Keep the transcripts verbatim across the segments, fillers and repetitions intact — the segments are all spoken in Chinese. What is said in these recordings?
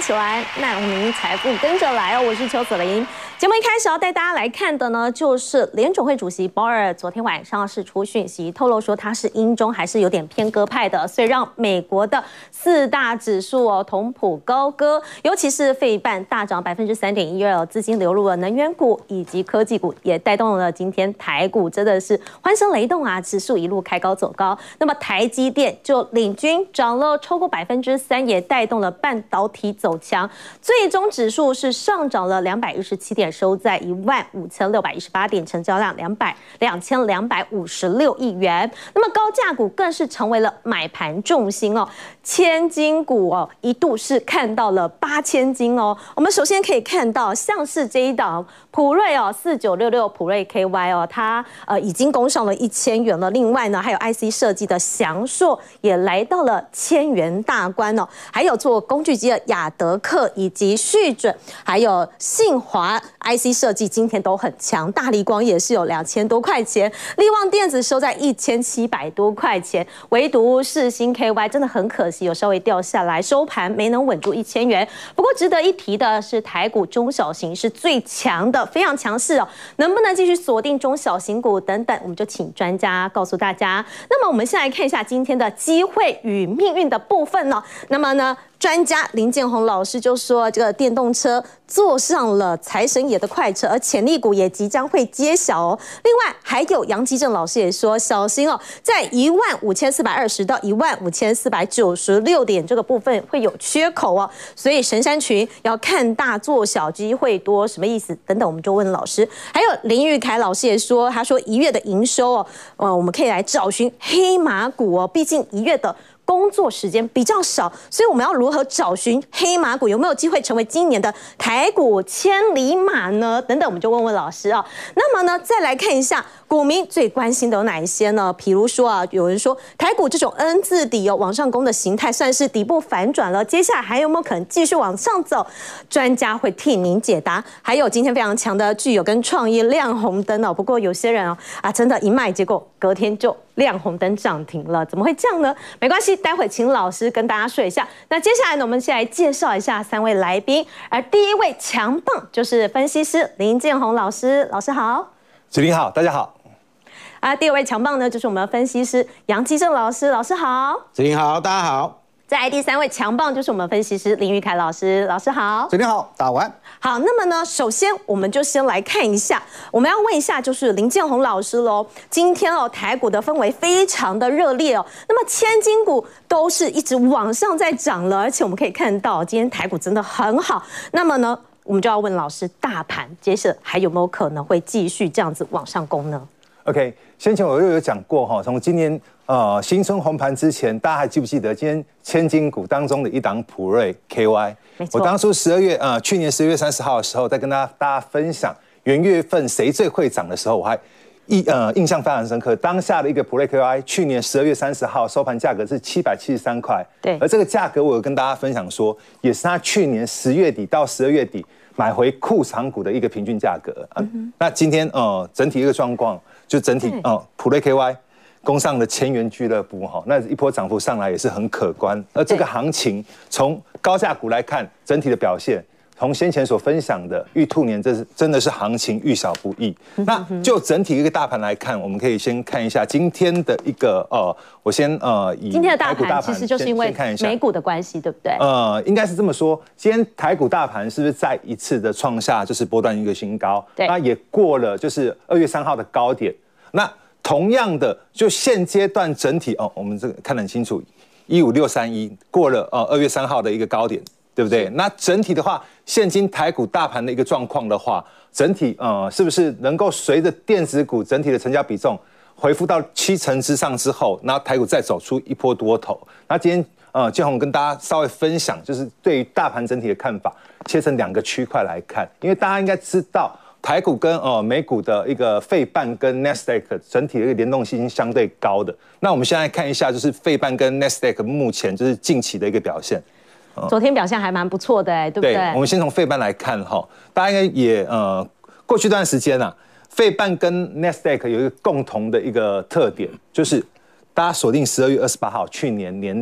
起来，那您财富跟着来哦。我是邱子玲。节目一开始要带大家来看的呢，就是联准会主席鲍尔昨天晚上释出讯息，透露说他是鹰中还是有点偏鸽派的，所以让美国的四大指数哦同步高歌，尤其是费半大涨百分之三点一二，资金流入了能源股以及科技股，也带动了今天台股真的是欢声雷动啊，指数一路开高走高。那么台积电就领军涨了超过百分之三，也带动了半导体走强，最终指数是上涨了两百一十七点。收在一万五千六百一十八点，成交量两百两千两百五十六亿元。那么高价股更是成为了买盘重心哦，千金股哦一度是看到了八千金哦。我们首先可以看到，像是这一档普瑞哦，四九六六普瑞 K Y 哦，它呃已经攻上了一千元了。另外呢，还有 I C 设计的祥硕也来到了千元大关哦。还有做工具机的亚德克以及旭准，还有信华。I C 设计今天都很强，大立光也是有两千多块钱，力旺电子收在一千七百多块钱，唯独世芯 K Y 真的很可惜，有稍微掉下来，收盘没能稳住一千元。不过值得一提的是，台股中小型是最强的，非常强势哦。能不能继续锁定中小型股等等，我们就请专家告诉大家。那么我们先来看一下今天的机会与命运的部分呢、哦。那么呢？专家林建宏老师就说，这个电动车坐上了财神爷的快车，而潜力股也即将会揭晓哦。另外，还有杨基正老师也说，小心哦，在一万五千四百二十到一万五千四百九十六点这个部分会有缺口哦。所以神山群要看大做小，机会多，什么意思？等等，我们就问老师。还有林玉凯老师也说，他说一月的营收哦，呃，我们可以来找寻黑马股哦，毕竟一月的工作时间比较少，所以我们要如何找寻黑马股？有没有机会成为今年的台股千里马呢？等等，我们就问问老师啊。那么呢，再来看一下股民最关心的有哪一些呢？比如说啊，有人说台股这种 N 字底哦往上攻的形态算是底部反转了，接下来还有没有可能继续往上走？专家会替您解答。还有今天非常强的具有跟创意亮红灯哦，不过有些人哦啊，真的一卖，结果隔天就亮红灯涨停了，怎么会这样呢？没关系，待会请老师跟大家说一下。那接下来呢，我们先来介绍一下三位来宾，而第一位强棒就是分析师林建宏老师，老师好。 子玲好，大家好。 啊，第二位强棒呢就是我们的分析师杨基正老师，老师好。 子玲好，大家好。 再来第三位强棒就是我们分析师林玉凯老师，老师好。 子玲好，打完。 好，那么呢，首先我们就先来看一下，我们要问一下，就是林建宏老师喽。今天哦，台股的氛围非常的热烈哦，那么千金股都是一直往上在涨了，而且我们可以看到今天台股真的很好。那么呢，我们就要问老师，大盘接着还有没有可能会继续这样子往上攻呢 ？OK， 先前我又有讲过哈，从今年呃新春红盘之前，大家还记不记得今天千金股当中的一档普瑞 K Y？ 我当初十二月呃去年十二月三十号的时候，在跟大家大家分享元月份谁最会涨的时候，我还印呃印象非常深刻。当下的一个普瑞 K Y， 去年十二月三十号收盘价格是七百七十三块， 对， 而这个价格我有跟大家分享说，也是他去年十月底到十二月底买回库藏股的一个平均价格啊。嗯、那今天呃整体一个状况。就整体哦，普瑞 K Y 攻上了千元俱乐部哈，那一波涨幅上来也是很可观。而这个行情从高价股来看，整体的表现，从先前所分享的玉兔年，这是真的是行情遇小不易。那就整体一个大盘来看，我们可以先看一下今天的一个呃，我先呃以今天的大盘其实就是因为美股的关系，对不对？ 呃，应该是这么说。今天台股大盘是不是再一次的创下就是波段一个新高？ 对， 那也过了就是二月三号的高点。那同样的，就现阶段整体哦，我们这个看得很清楚，一五六三一过了呃二月三号的一个高点，对不对？那整体的话，现今台股大盘的一个状况的话，整体呃是不是能够随着电子股整体的成交比重回复到七成之上之后，那台股再走出一波多头？那今天呃建宏跟大家稍微分享，就是对于大盘整体的看法，切成两个区块来看，因为大家应该知道。台股跟呃美股的一个费半跟 Nasdaq 整体的一个联动性相对高的。那我们现在看一下，就是费半跟 Nasdaq 目前就是近期的一个表现。 呃、昨天表现还蛮不错的哎，对不对？ 对，我们先从费半来看哈，大家应该也呃过去一段时间啊，费半跟 Nasdaq 有一个共同的一个特点，就是大家锁定十二月二十八号去年年底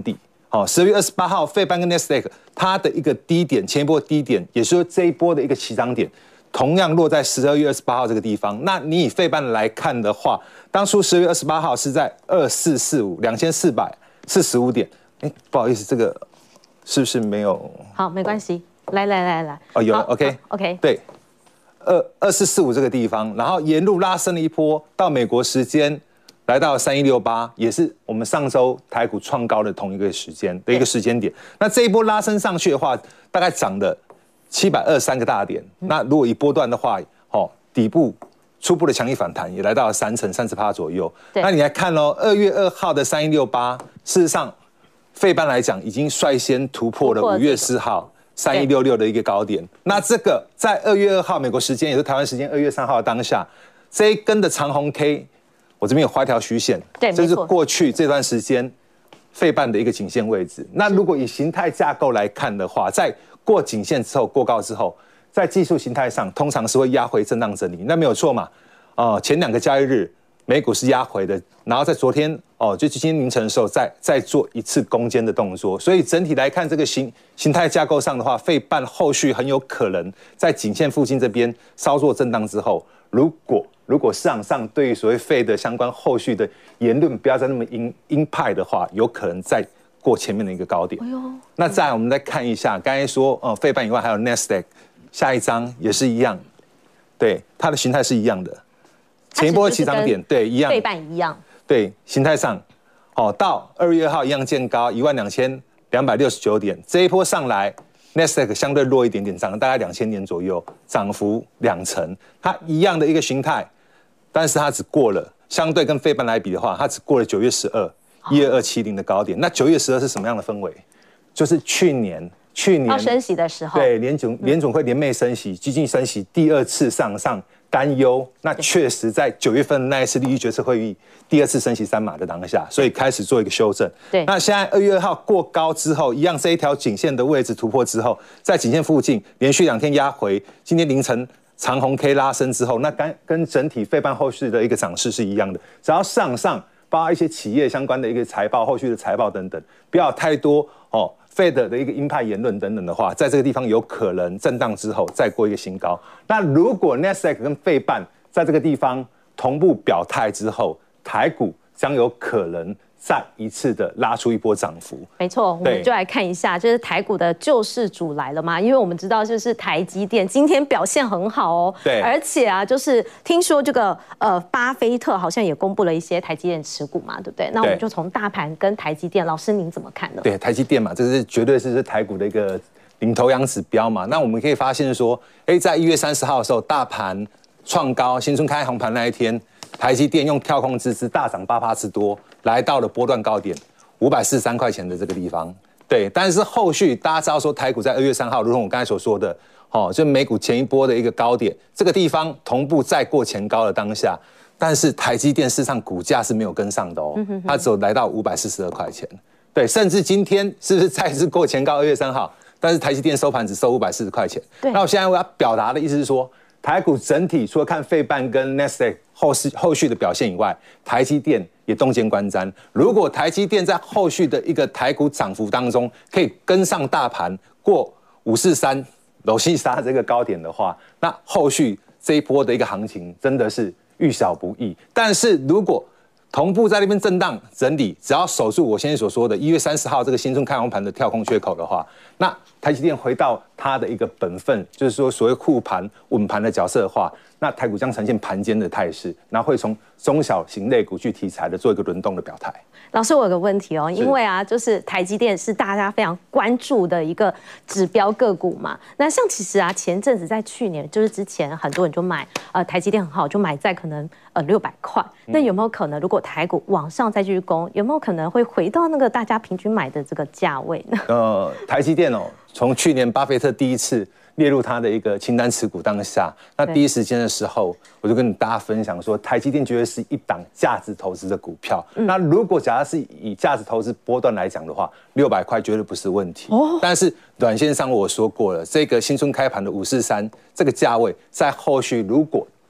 好，十二月二十八号，费半跟 Nasdaq 它的一个低点，前一波低点，也就是说这一波的一个起涨点，同样落在十二月二十八号这个地方。那你以费半来看的话，当初十二月二十八号是在二四四五两千四百四十五点。哎，不好意思，这个是不是没有？ 好，没关系，来来来来， 哦，有了 ，OK OK， 对，二二四四五这个地方，然后沿路拉升了一波，到美国时间来到三一六八，也是我们上周台股创高的同一个时间的一个时间点。那这一波拉升上去的话，大概涨了七百二十三个大点。嗯、那如果一波段的话，哦，底部初步的强力反弹也来到了三成三十趴左右。那你来看哦，二月二号的三一六八，事实上。费半来讲，已经率先突破了五月四号三一六六的一个高点。那这个在二月二号美国时间，也是台湾时间二月三号的当下，这一根的长红 K， 我这边有画一条虚线， 对， 这是过去这段时间费半的一个颈线位置。那如果以形态架构来看的话，在过颈线之后、过高之后，在技术形态上，通常是会压回震荡整理，那没有错嘛？哦、呃，前两个交易日。美股是压回的，然后在昨天哦，就今天凌晨的时候再再做一次攻坚的动作，所以整体来看，这个形形态架构上的话，费半后续很有可能在颈线附近这边稍作震荡之后，如果如果市场上对于所谓费的相关后续的言论不要再那么鹰鹰派的话，有可能再过前面的一个高点。哎呦，那再来我们再看一下，刚才说呃费半以外还有 Nasdaq， 下一张也是一样，对，它的形态是一样的。前一波的起涨点，对，一样， 费半一样， 对，形态上，哦，到二月二号一样见高一万两千两百六十九点，这一波上来 ，Nasdaq 相对弱一点点，涨了大概两千点左右，涨幅两成，它一样的一个形态，但是它只过了，相对跟费半来比的话，它只过了九月十二一二二七零的高点。那九月十二是什么样的氛围？就是去年。去年要升息的时候， 对联总联总会联袂升息，激进升息，第二次上上担忧，那确实在九月份那一次利率决策会议，第二次升息三码的当下，所以开始做一个修正。 对， 那现在二月二号过高之后，一样这一条颈线的位置突破之后，在颈线附近连续两天压回，今天凌晨长红 K 拉升之后，那跟跟整体费半后续的一个涨势是一样的，只要上上包括一些企业相关的一个财报、后续的财报等等，不要太多哦。Fed 的一个鹰派言论等等的话，在这个地方有可能震荡之后再过一个新高。那如果 Nasdaq 跟费半在这个地方同步表态之后，台股将有可能再一次的拉出一波涨幅。 没错，我们就来看一下，就是台股的救世主来了嘛？因为我们知道，就是台积电今天表现很好哦。 对， 而且啊，就是听说这个呃，巴菲特好像也公布了一些台积电持股嘛，对不对？那我们就从大盘跟台积电，老师您怎么看呢？ 对，台积电嘛，这是绝对是台股的一个领头羊指标嘛。那我们可以发现说，哎，在一月三十号的时候，大盘创高，新春开红盘那一天，台积电用跳空之姿大涨八趴之多。来到了波段高点五百四十三块钱的这个地方，对，但是后续大家知道说台股在二月三号，如同我刚才所说的，哦，就美股前一波的一个高点，这个地方同步再过前高的当下，但是台积电事实上股价是没有跟上的哦，它只有来到五百四十二块钱，对，甚至今天是不是再次过前高二月三号，但是台积电收盘只收五百四十块钱，那我现在我要表达的意思是说，台股整体除了看费半跟 Nasdaq 后续后续的表现以外，台积电也洞见观瞻。如果台积电在后续的一个台股涨幅当中，可以跟上大盘过五四三楼西沙这个高点的话，那后续这一波的一个行情真的是遇小不易。但是如果同步在那边震荡整理，只要守住我先前所说的一月三十号这个新春开红盘的跳空缺口的话，那台积电回到它的一个本分，就是说所谓护盘稳盘的角色的话，那台股将呈现盘间的态势，然后会从中小型类股具题材的做一个轮动的表态。 老师，我有个问题哦，因为啊，就是台积电是大家非常关注的一个指标个股嘛。那像其实啊，前阵子在去年，就是之前很多人就买呃台积电很好，就买在可能呃六百块。那有没有可能，如果台股往上再继续攻，有没有可能会回到那个大家平均买的这个价位呢？呃， 台积电哦，从去年巴菲特第一次列入他的一个清单持股当下，那第一时间的时候，我就跟大家分享说，台积电绝对是一档价值投资的股票。嗯、那如果假如是以价值投资波段来讲的话，六百块绝对不是问题。哦、但是短线上我说过了，这个新春开盘的五四三这个价位，在后续如果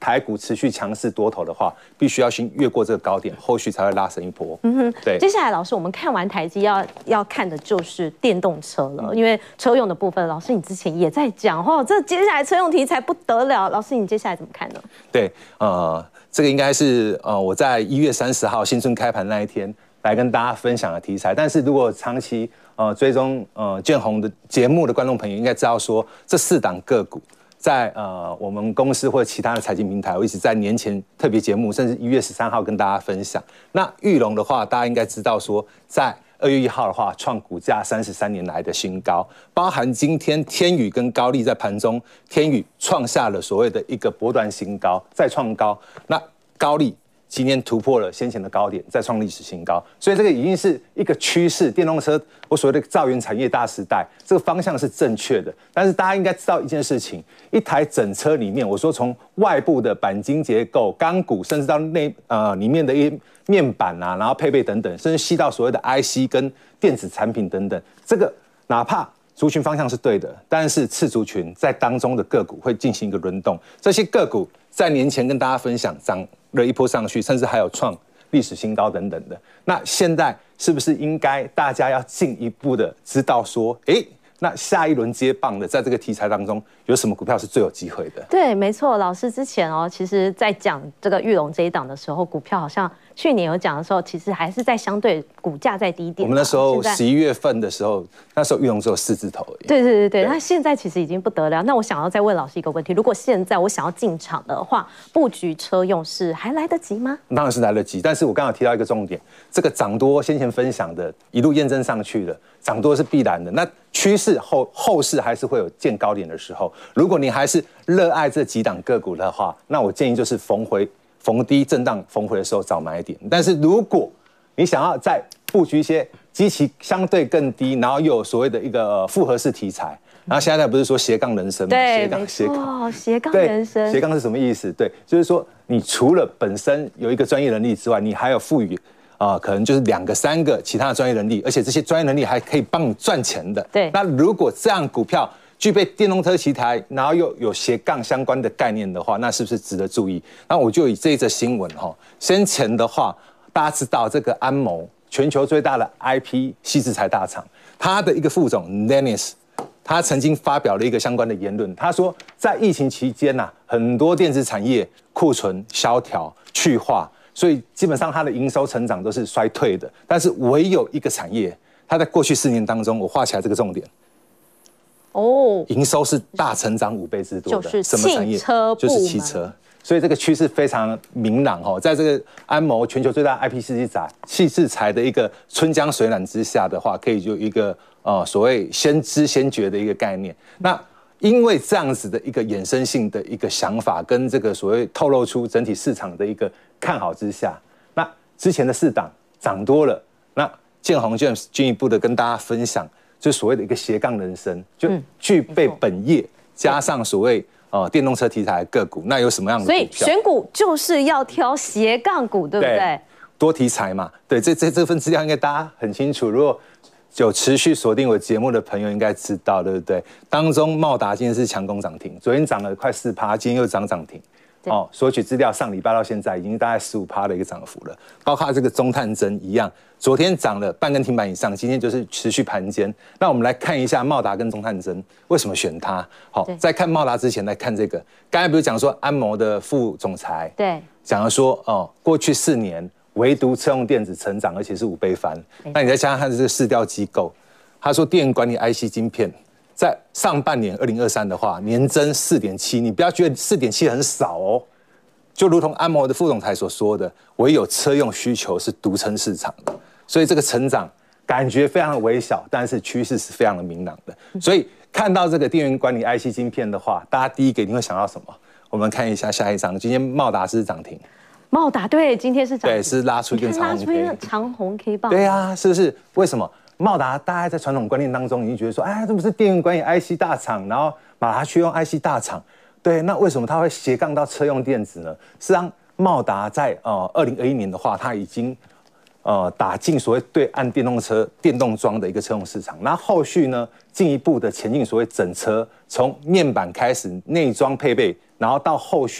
台股持续强势多头的话，必须要先越过这个高点，后续才会拉升一波。嗯哼，对。 接下来老师，我们看完台积要要看的就是电动车了，嗯、因为车用的部分，老师你之前也在讲哦，这接下来车用题材不得了。老师，你接下来怎么看呢？ 对，呃，这个应该是呃我在一月三十号新春开盘那一天来跟大家分享的题材。但是如果长期呃追踪呃建宏的节目的观众朋友，应该知道说这四档个股。在呃我们公司或者其他的财经平台，我一直在年前特别节目，甚至一月十三号跟大家分享。那裕隆的话，大家应该知道说，在二月一号的话，创股价三十三年来的新高，包含今天天宇跟高力在盘中，天宇创下了所谓的一个波段新高，再创高。那高力今天突破了先前的高点，再创历史新高，所以这个已经是一个趋势。电动车，我所谓的造园产业大时代，这个方向是正确的。但是大家应该知道一件事情：一台整车里面，我说从外部的钣金结构、钢骨，甚至到内呃里面的一些面板啊，然后配备等等，甚至细到所谓的 I C 跟电子产品等等，这个哪怕族群方向是对的，但是次族群在当中的个股会进行一个轮动，这些个股在年前跟大家分享涨了一波上去，甚至还有创历史新高等等的。那现在是不是应该大家要进一步的知道说，哎，那下一轮接棒的，在这个题材当中有什么股票是最有机会的？ 对，没错，老师之前哦，其实在讲这个裕隆这一档的时候，股票好像去年有讲的时候，其实还是在相对股价在低点。 我们那时候十一月份的时候，那时候裕隆只有四字头而已。 对对对对，那现在其实已经不得了。那我想要再问老师一个问题：如果现在我想要进场的话，布局车用是还来得及吗？ 当然是来得及，但是我刚刚提到一个重点，这个涨多先前分享的，一路验证上去了，涨多是必然的。那趋势后后市还是会有见高点的时候。如果你还是热爱这几档个股的话，那我建议就是逢回。逢低震荡逢回的时候找买点，但是如果你想要再布局一些基期相对更低，然后又有所谓的一个复合式题材，然后现在不是说斜杠人生吗？ 对， 斜杠斜杠斜杠人生。 斜杠是什么意思？对，就是说你除了本身有一个专业能力之外，你还有赋予啊、呃，可能就是两个、三个其他的专业能力，而且这些专业能力还可以帮你赚钱的。 对， 那如果这样股票具备电动车题材，然后又有斜杠相关的概念的话，那是不是值得注意？那我就以这一则新闻哈，先前的话，大家知道这个安谋，全球最大的 I P 矽智财大厂，他的一个副总 Dennis， 他曾经发表了一个相关的言论，他说在疫情期间呐、啊，很多电子产业库存萧条去化，所以基本上它的营收成长都是衰退的，但是唯有一个产业，它在过去四年当中，我画起来这个重点。哦，营收是大成长五倍之多的， 就是什么产业？就是汽车，所以这个趋势非常明朗哦。在这个安谋全球最大 I P 矽智财矽智财的一个春江水暖之下的话，可以就一个呃所谓先知先觉的一个概念。那因为这样子的一个衍生性的一个想法，跟这个所谓透露出整体市场的一个看好之下，那之前的四档涨多了，那建宏 James 进一步的跟大家分享。就是所谓的一个斜杠人生，就具备本业加上所谓呃电动车题材的个股，那有什么样的股票？ 所以选股就是要挑斜杠股，对不对？对， 多题材嘛，对，这这这份资料应该大家很清楚。如果有持续锁定我节目的朋友应该知道，对不对？当中茂达今天是强攻涨停，昨天涨了快四趴，今天又涨涨停。哦，索取资料上礼拜到现在已经大概十五趴的一个涨幅了，包括这个中探针一样，昨天涨了半根停板以上，今天就是持续盘间。那我们来看一下茂达跟中探针为什么选它？好，在看茂达之前来看这个，刚才不是讲说安谋的副总裁对讲了说哦，过去四年唯独车用电子成长，而且是五倍翻。那你再加上它的这个市调机构，他说电源管理 I C 晶片。在上半年二零二三的话，年增四点七，你不要觉得四点七很少哦，就如同安谋的副总裁所说的，唯有车用需求是独撑市场的，所以这个成长感觉非常的微小，但是趋势是非常的明朗的。所以看到这个电源管理 I C 晶片的话，大家第一个一定会想到什么？我们看一下下一张，今天茂达是涨停， 茂达对，今天是涨停， 对，是拉出一根长红 K， 长红 K 棒， 对啊，是不是？为什么？茂达大家在传统观念当中已经觉得说，哎，这不是电源管理 I C 大厂，然后把它去用 I C 大厂，对，那为什么它会斜杠到车用电子呢？事实上，茂达在呃二零二一年的话，它已经呃打进所谓对岸电动车电动装的一个车用市场，那后续呢进一步的前进所谓整车，从面板开始内装配备，然后到后续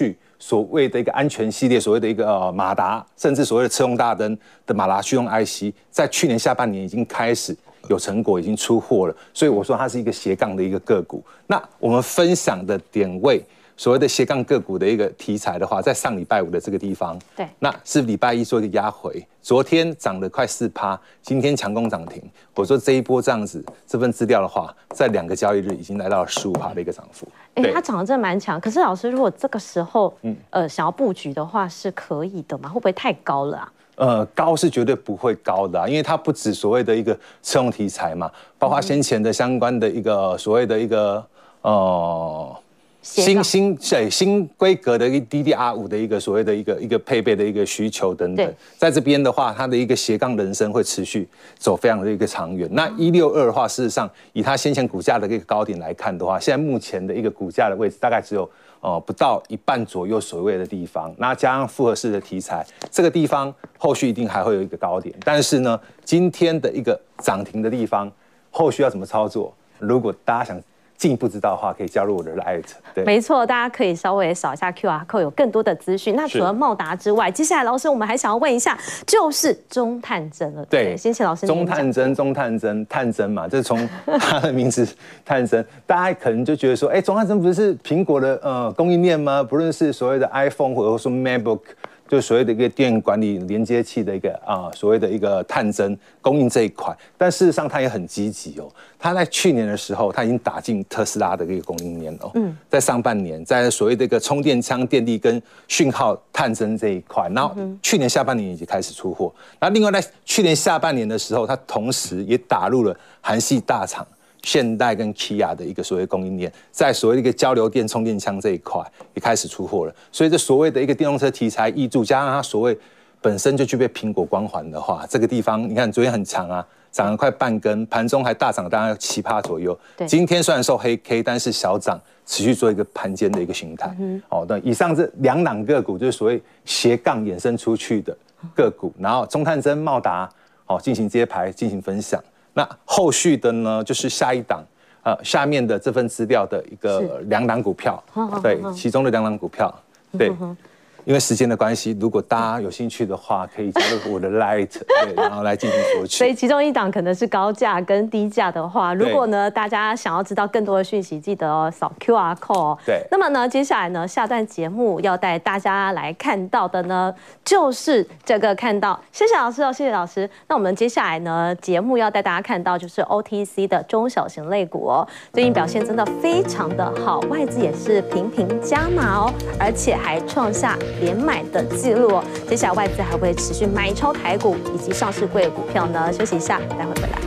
所谓的一个安全系列，所谓的一个呃马达，甚至所谓的车用大灯的马达驱动 I C， 在去年下半年已经开始有成果，已经出货了。所以我说它是一个斜杠的一个个股。那我们分享的点位。所谓的斜杠个股的一个题材的话，在上礼拜五的这个地方， 对， 那是礼拜一做一个压回，昨天涨了快四趴，今天强攻涨停。我说这一波这样子，这份资料的话，在两个交易日已经来到了十五趴的一个涨幅。 哎、欸，它涨得真的蛮强。可是老师，如果这个时候，嗯，呃，想要布局的话，是可以的吗？会不会太高了啊？ 呃，高是绝对不会高的、啊，因为它不止所谓的一个车用题材嘛，包括先前的相关的一个所谓的一个呃。新新对新规格的一个 D D R 五的一个所谓的一个一个配备的一个需求等等，在这边的话，它的一个斜杠人生会持续走非常的一个长远。那一六二的话，事实上以它先前股价的一个高点来看的话，现在目前的一个股价的位置大概只有呃不到一半左右所谓的地方。那加上复合式的题材，这个地方后续一定还会有一个高点。但是呢，今天的一个涨停的地方，后续要怎么操作？如果大家想进一步知道的话，可以加入我的 Light。对， 没错，大家可以稍微扫一下 Q R code， 有更多的资讯。那除了茂达之外，接下来老师我们还想要问一下，就是中探针了。 对， 先请老师。 中探针，中探针，探针嘛，这是从它的名字探针，大家可能就觉得说，哎、欸，中探针不是苹果的呃供应链吗？不论是所谓的 iPhone 或者说 MacBook。就是所谓的一个电源管理连接器的一个啊，所谓的一个探针供应这一块，但事实上它也很积极哦。它在去年的时候，它已经打进特斯拉的一个供应链了。嗯，在上半年，在所谓的一个充电枪、电力跟讯号探针这一块，然后去年下半年已经开始出货。那另外在去年下半年的时候，它同时也打入了韩系大厂。现代跟 Kia 的一个所谓供应链，在所谓的一个交流电充电枪这一块也开始出货了。所以这所谓的一个电动车题材挹注，加上它所谓本身就具备苹果光环的话，这个地方你看昨天很强啊，涨了快半根，盘中还大涨大概七趴左右。今天虽然受黑 K， 但是小涨，持续做一个盘间的一个形态。嗯、哦，那以上这两档个股就是所谓斜杠衍生出去的个股，然后中探针、茂达哦进行揭牌，进行分享。那后续的呢，就是下一档，呃，下面的这份资料的一个两档股票，对，其中的两档股票，对。因为时间的关系，如果大家有兴趣的话，可以加入我的 Light， 对，然后来进行索取。 所以其中一档可能是高价跟低价的话，如果呢大家想要知道更多的讯息，记得哦扫 Q R code 哦。 对。 那么呢，接下来呢，下段节目要带大家来看到的呢，就是这个看到，谢谢老师哦，谢谢老师。那我们接下来呢，节目要带大家看到就是 O T C 的中小型类股哦，最近表现真的非常的好，外资也是频频加码哦，而且还创下连买的记录哦，接下来外资还会持续买超台股以及上市柜的股票呢？休息一下，待会回来。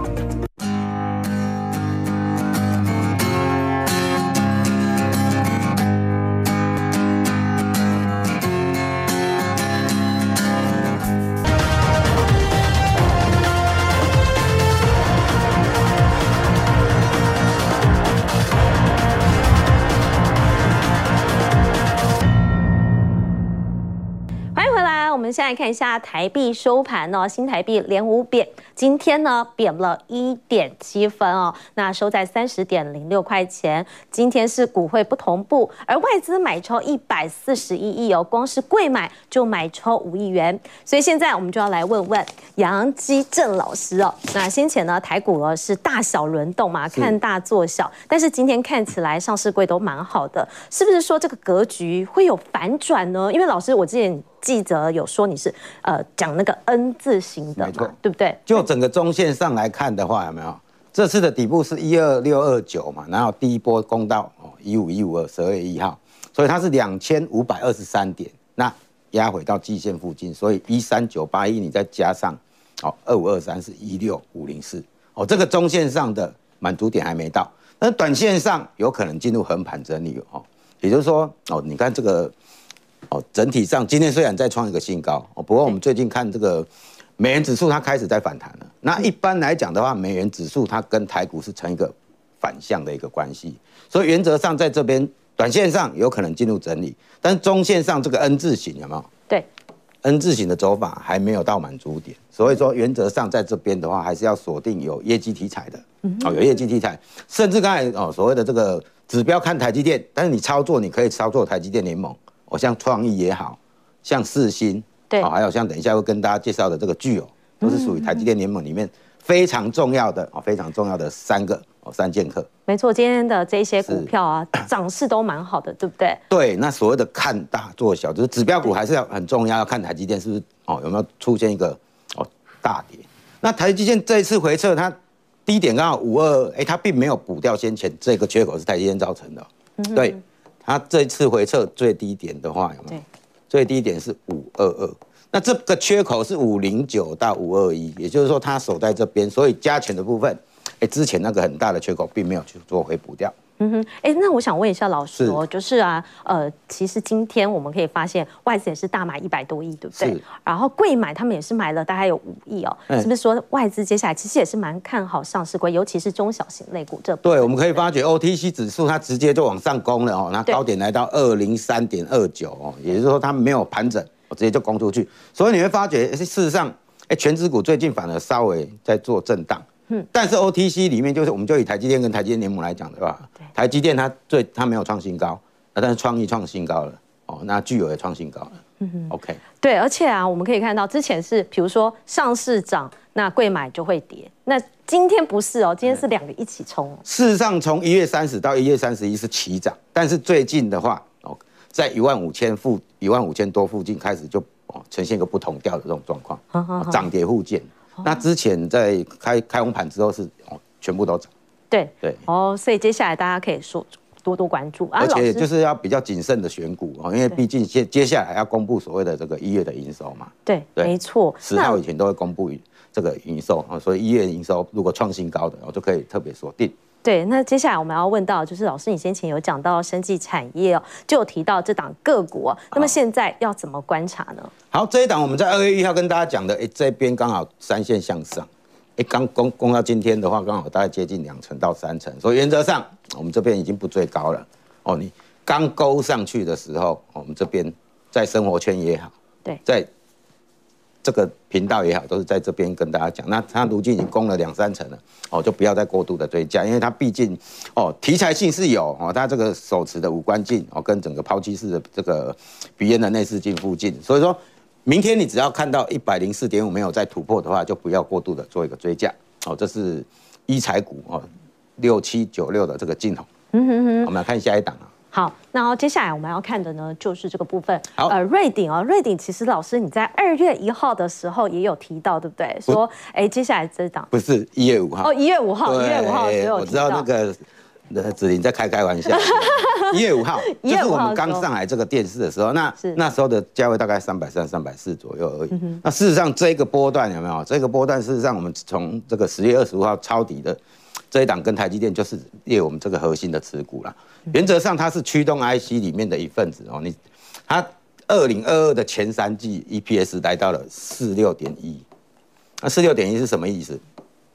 我们现在看一下台币收盘哦，新台币连五贬，今天呢贬了一点七分哦，那收在三十点零六块钱。今天是股汇不同步，而外资买超一百四十一亿哦，光是柜买就买超五亿元。所以现在我们就要来问问杨基正老师哦。那先前呢台股呢是大小轮动嘛，看大做小，但是今天看起来上市柜都蛮好的，是不是说这个格局会有反转呢？因为老师我之前记者有说你是呃讲那个 N 字形的嘛，对不对？ 就整个中线上来看的话，有没有？这次的底部是一二六二九嘛，然后第一波攻到哦一五一五二，十二月一号，所以它是两千五百二十三点，那压回到季线附近，所以一三九八一你再加上哦二五二三是一六五零四，哦这个中线上的满足点还没到，那短线上有可能进入横盘整理哦，也就是说哦你看这个。哦，整体上今天虽然再创一个新高，哦，不过我们最近看这个美元指数它开始在反弹了。那一般来讲的话，美元指数它跟台股是成一个反向的一个关系，所以原则上在这边短线上有可能进入整理，但是中线上这个 N 字形有没有？ 对 ，N 字形的走法还没有到满足点，所以说原则上在这边的话，还是要锁定有业绩题材的，哦，有业绩题材，甚至刚才哦所谓的这个指标看台积电，但是你操作你可以操作台积电联盟。 哦，像创意也好，像世芯， 对， 哦，还有像等一下会跟大家介绍的这个聚友，都是属于台积电联盟里面非常重要的哦，非常重要的三个哦三剑客。 没错，今天的这些股票啊，涨势都蛮好的，对不对？ 对，那所谓的看大做小，就是指标股还是要很重要，要看台积电是不是哦有没有出现一个哦大跌。那台积电这一次回撤，它低点刚好五二，哎，它并没有补掉先前这个缺口是台积电造成的、哦。嗯、对，它这一次回撤最低点的话，有没有？最低点是五二二，那这个缺口是五零九到五二一，也就是说它守在这边，所以加权的部分，哎，之前那个很大的缺口并没有去做回补掉。 嗯哼，哎，那我想问一下老师哦，就是啊，呃，其实今天我们可以发现外资也是大买一百多亿，对不对？然后贵买他们也是买了大概有五亿哦，嗯、是不是说外资接下来其实也是蛮看好上市柜，尤其是中小型类股这？ 对，我们可以发觉 O T C 指数它直接就往上攻了哦，那高点来到二零三点二九哦，也就是说它没有盘整，直接就攻出去，所以你会发觉，事实上，哎，全指股最近反而稍微在做震荡。嗯，但是 O T C 里面就是，我们就以台积电跟台积电联盟来讲的话，台积电它最它没有创新高，但是创意创新高了，哦，那聚友也创新高了，嗯哼 ，OK， 对，而且啊，我们可以看到之前是，比如说上市涨，那贵买就会跌，那今天不是哦，今天是两个一起冲、哦。 事实上，从一月三十到一月三十一是齐涨，但是最近的话，哦，在一万五千附一万五千多附近开始就哦呈现一个不同调的这种状况，涨跌互见。那之前在开开红盘之后是哦，全部都涨。 对对哦，所以接下来大家可以说多多关注， 啊、而且就是要比较谨慎的选股哦，因为毕竟接接下来要公布所谓的这个一月的营收嘛。 对，对没错， 十号以前都会公布这个营收啊，所以一月营收如果创新高的，我就可以特别锁定。 对，那接下来我们要问到，就是老师，你先前有讲到生技产业哦，就有提到这档个股哦，那么现在要怎么观察呢？ 好，这一档我们在二月一号跟大家讲的，哎，这边刚好三线向上，哎，刚攻攻到今天的话，刚好大概接近两成到三成，所以原则上我们这边已经不追高了哦。你刚勾上去的时候，我们这边在生活圈也好， 对， 在这个频道也好，都是在这边跟大家讲。那它如今已经攻了两三成了，哦，就不要再过度的追加，因为它毕竟哦题材性是有哦，它这个手持的五官镜哦，跟整个抛弃式的这个鼻咽的内视镜附近，所以说明天你只要看到一百零四点五没有再突破的话，就不要过度的做一个追加哦。这是医材股哦，六七九六的这个镜头。嗯哼哼，我们来看下一档啊。 好，那接下来我们要看的呢，就是这个部分。 好， 呃，瑞鼎哦，瑞鼎其实老师你在二月一号的时候也有提到，对不对？说，哎，接下来这档不是一月五号哦，一月五号，一月五号也有提到。 我知道那个呃子琳在开开玩笑。一月五号，就是我们刚上来这个电视的时候，那那时候的价位大概三百三、三百四左右而已。嗯、那事实上这个波段有没有？这个波段事实上我们从这个十月二十五号抄底的这一档跟台积电就是列我们这个核心的持股啦。原则上它是驱动 I C 里面的一份子哦。你它二零二二的前三季 E P S 来到了四六点一，那四六点一是什么意思？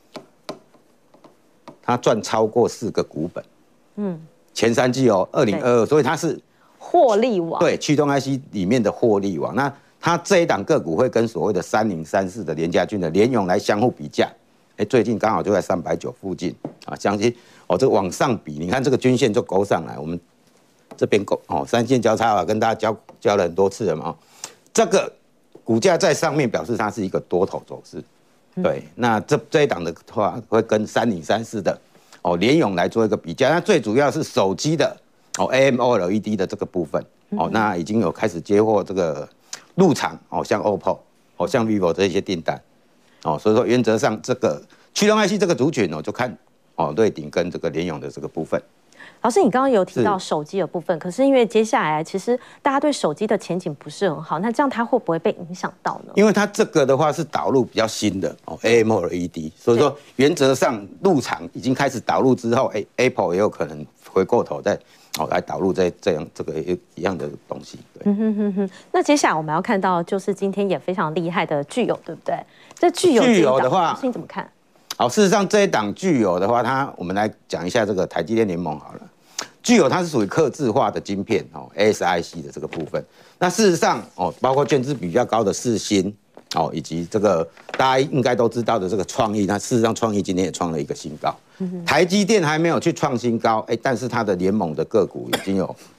它赚超过四个股本。嗯，前三季哦，二零二二，所以它是获利王。 对，驱动 I C 里面的获利王。那它这一档个股会跟所谓的三零三四的联家军的联咏来相互比价。哎，最近刚好就在三百九附近啊，相信哦，这个往上比，你看这个均线就勾上来，我们这边勾哦，三线交叉啊，跟大家教教了很多次了嘛。这个股价在上面表示它是一个多头走势，对。那这这一档的话，会跟三零三四的哦联咏来做一个比较。那最主要是手机的哦 A M O L E D 的这个部分哦，那已经有开始接获这个入场哦，像 O P P O 哦，像 vivo 这些订单。哦，所以说原则上这个驱动 I C 这个族群哦，就看哦瑞鼎跟这个联咏的这个部分。 老师，你刚刚有提到手机的部分，可是因为接下来其实大家对手机的前景不是很好，那这样它会不会被影响到呢？ 因为它这个的话是导入比较新的哦 A M O L E D， 所以说原则上入场已经开始导入之后，哎 ，Apple 也有可能回过头再哦来导入这这样这个一样的东西。对，嗯哼哼哼。那接下来我们要看到就是今天也非常厉害的聚友，对不对？这聚友聚友的话， 你怎么看？ 好，事实上这一档聚友的话，它我们来讲一下这个台积电联盟好了。聚友它是属于客制化的晶片哦 ，A S I C 的这个部分。那事实上哦，包括卷资比较高的世芯哦，以及这个大家应该都知道的这个创意，那事实上创意今天也创了一个新高。嗯、台积电还没有去创新高，哎，但是它的联盟的个股已经有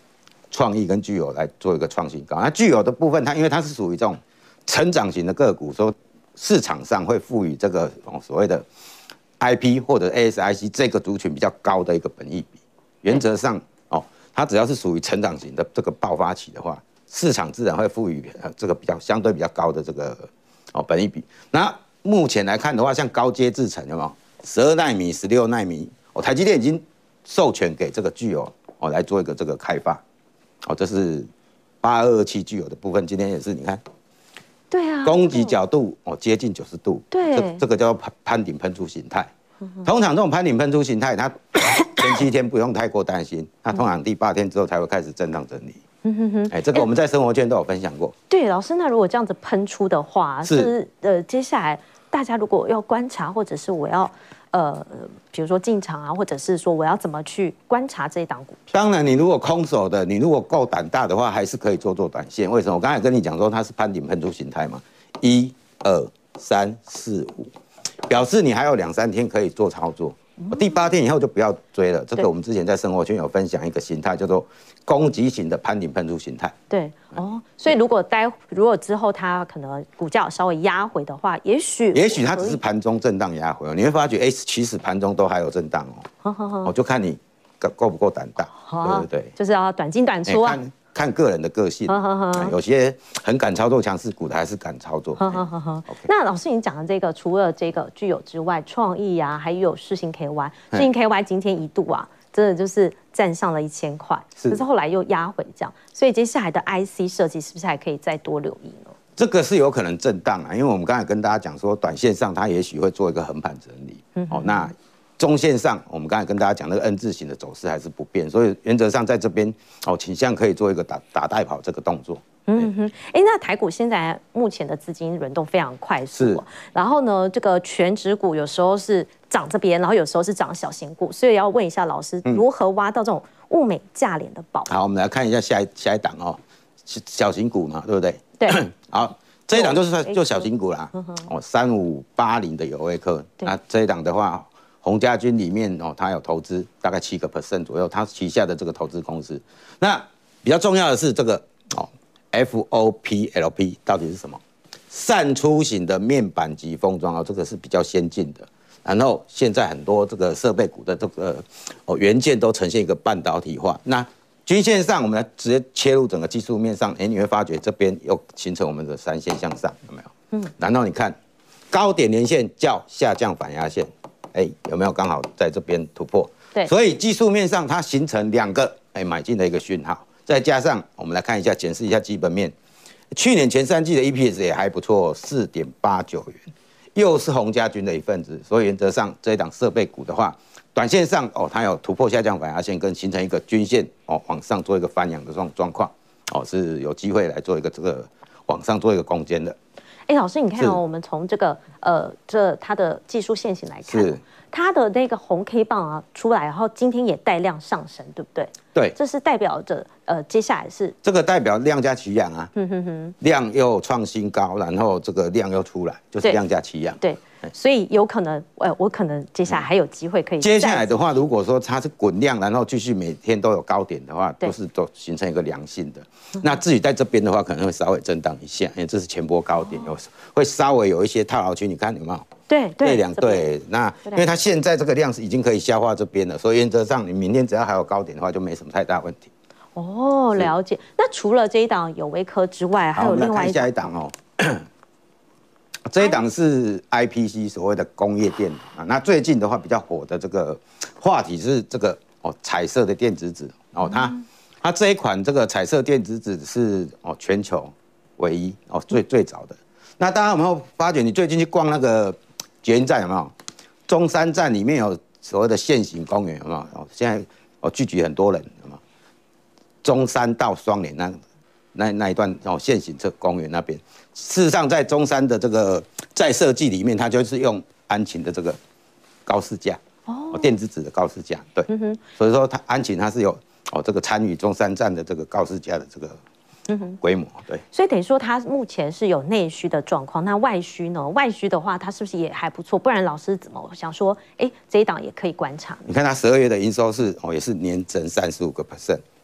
创意跟具有来做一个创新高。那具有的部分，它因为它是属于这种成长型的个股，所以市场上会赋予这个所谓的 I P 或者 A S I C 这个族群比较高的一个本益比。原则上哦，它只要是属于成长型的这个爆发期的话，市场自然会赋予呃这个比较相对比较高的这个哦本益比。那目前来看的话，像高阶制程有没有十二奈米、十六奈米？哦，台积电已经授权给这个具有哦来做一个这个开发。哦，这是八二二七具有的部分，今天也是你看， 对啊， 攻击角度哦接近九十度， 对， 这这个叫攀攀顶喷出形态。通常这种攀顶喷出形态，它前七天不用太过担心，它通常第八天之后才会开始震荡整理。嗯哼哼，哎，这个我们在生活圈都有分享过。 对，老师，那如果这样子喷出的话， 是是呃，接下来大家如果要观察，或者是我要呃，比如说进场啊，或者是说我要怎么去观察这一档股票？ 当然，你如果空手的，你如果够胆大的话，还是可以做做短线。为什么？我刚才跟你讲说它是攀顶喷出形态嘛，一、二、三、四、五，表示你还有两三天可以做操作。第八天以后就不要追了。这个我们之前在生活圈有分享一个形态，叫做攻击型的攀顶喷出形态。 对，哦，所以如果待如果之后它可能股价稍微压回的话，也许也许它只是盘中震荡压回哦，你会发觉，哎，其实盘中都还有震荡哦。我就看你够够不够胆大，对对对， 就是要短进短出啊。 看看个人的个性，有些很敢操作强势股的还是敢操作。 那老师，你讲的这个，除了这个具有之外，创意啊，还有世新 K Y， 世新 K Y 今天一度啊，真的就是站上了一千块，可是后来又压回这样，所以接下来的 I C 设计是不是还可以再多留意呢？ 这个是有可能震荡啊，因为我们刚才跟大家讲说，短线上它也许会做一个横盘整理，嗯、哦，那。中线上，我们刚才跟大家讲那个 N 字形的走势还是不变，所以原则上在这边哦，倾向可以做一个打打带跑这个动作。 嗯哼，哎，那台股现在目前的资金轮动非常快速、哦，然后呢，这个全指股有时候是涨这边，然后有时候是涨小型股，所以要问一下老师，如何挖到这种物美价廉的宝？ 好，我们来看一下下一下一档哦，小型股嘛，对不对？ 对。 好，这一档就是就小型股啦，哦，三五八零的友威科，那这一档的话。洪家军里面哦，他有投资大概七个 percent 左右，他旗下的这个投资公司。那比较重要的是这个哦 ，F O P L P 到底是什么？散出型的面板级封装哦，这个是比较先进的。然后现在很多这个设备股的这个哦元件都呈现一个半导体化。那均线上，我们来直接切入整个技术面上，哎，你会发觉这边又形成我们的三线向上，有没有？嗯。然后你看高点连线较下降反压线。哎，有没有刚好在这边突破？ 对， 所以技术面上它形成两个哎买进的一个讯号，再加上我们来看一下，检视一下基本面，去年前三季的 E P S 也还不错，四点八九元，又是洪家军的一份子，所以原则上这一档设备股的话，短线上哦它有突破下降反压线，跟形成一个均线哦往上做一个翻扬的这种状况，哦是有机会来做一个这个往上做一个攻坚的。 哎，老师，你看哦，我们从这个呃，这它的技术线型来看，它的那个红 K 棒啊出来，然后今天也带量上升，对不对？ 对， 这是代表着呃，接下来是这个代表量价齐扬啊，嗯哼哼，量又创新高，然后这个量又出来，就是量价齐扬。 对，所以有可能，呃，我可能接下来还有机会可以。 接下来的话，如果说它是滚量，然后继续每天都有高点的话，都是都形成一个良性的。那至于在这边的话，可能会稍微震荡一下，因为这是前波高点，有会稍微有一些套牢区，你看有没有？ 对对， 两对，那因为它现在这个量是已经可以消化这边了，所以原则上你明天只要还有高点的话，就没什么太大问题。 哦，了解。那除了这一档友威科之外，还有另外一档。 下一档哦，这一档是 I P C 所谓的工业电啊。那最近的话比较火的这个话题是这个哦彩色的电子纸哦，它、嗯、它这一款这个彩色电子纸是哦全球唯一哦最最早的。那大家有没有发觉，你最近去逛那个捷运站有没有？中山站里面有所谓的现行公园有没有？哦，现在哦聚集很多人有没有？中山到双连那那那一段哦现行这公园那边，事实上在中山的这个在设计里面，它就是用安勤的这个高市架哦电子纸的高市架，对，嗯、所以说它安勤它是有哦这个参与中山站的这个高市架的这个。规模对， 所以等于说它目前是有内需的状况，那外需呢？外需的话，它是不是也还不错？不然老师怎么想说，哎，这一档也可以观察？ 你看它十二月的营收是哦，也是年增三十五个 percent，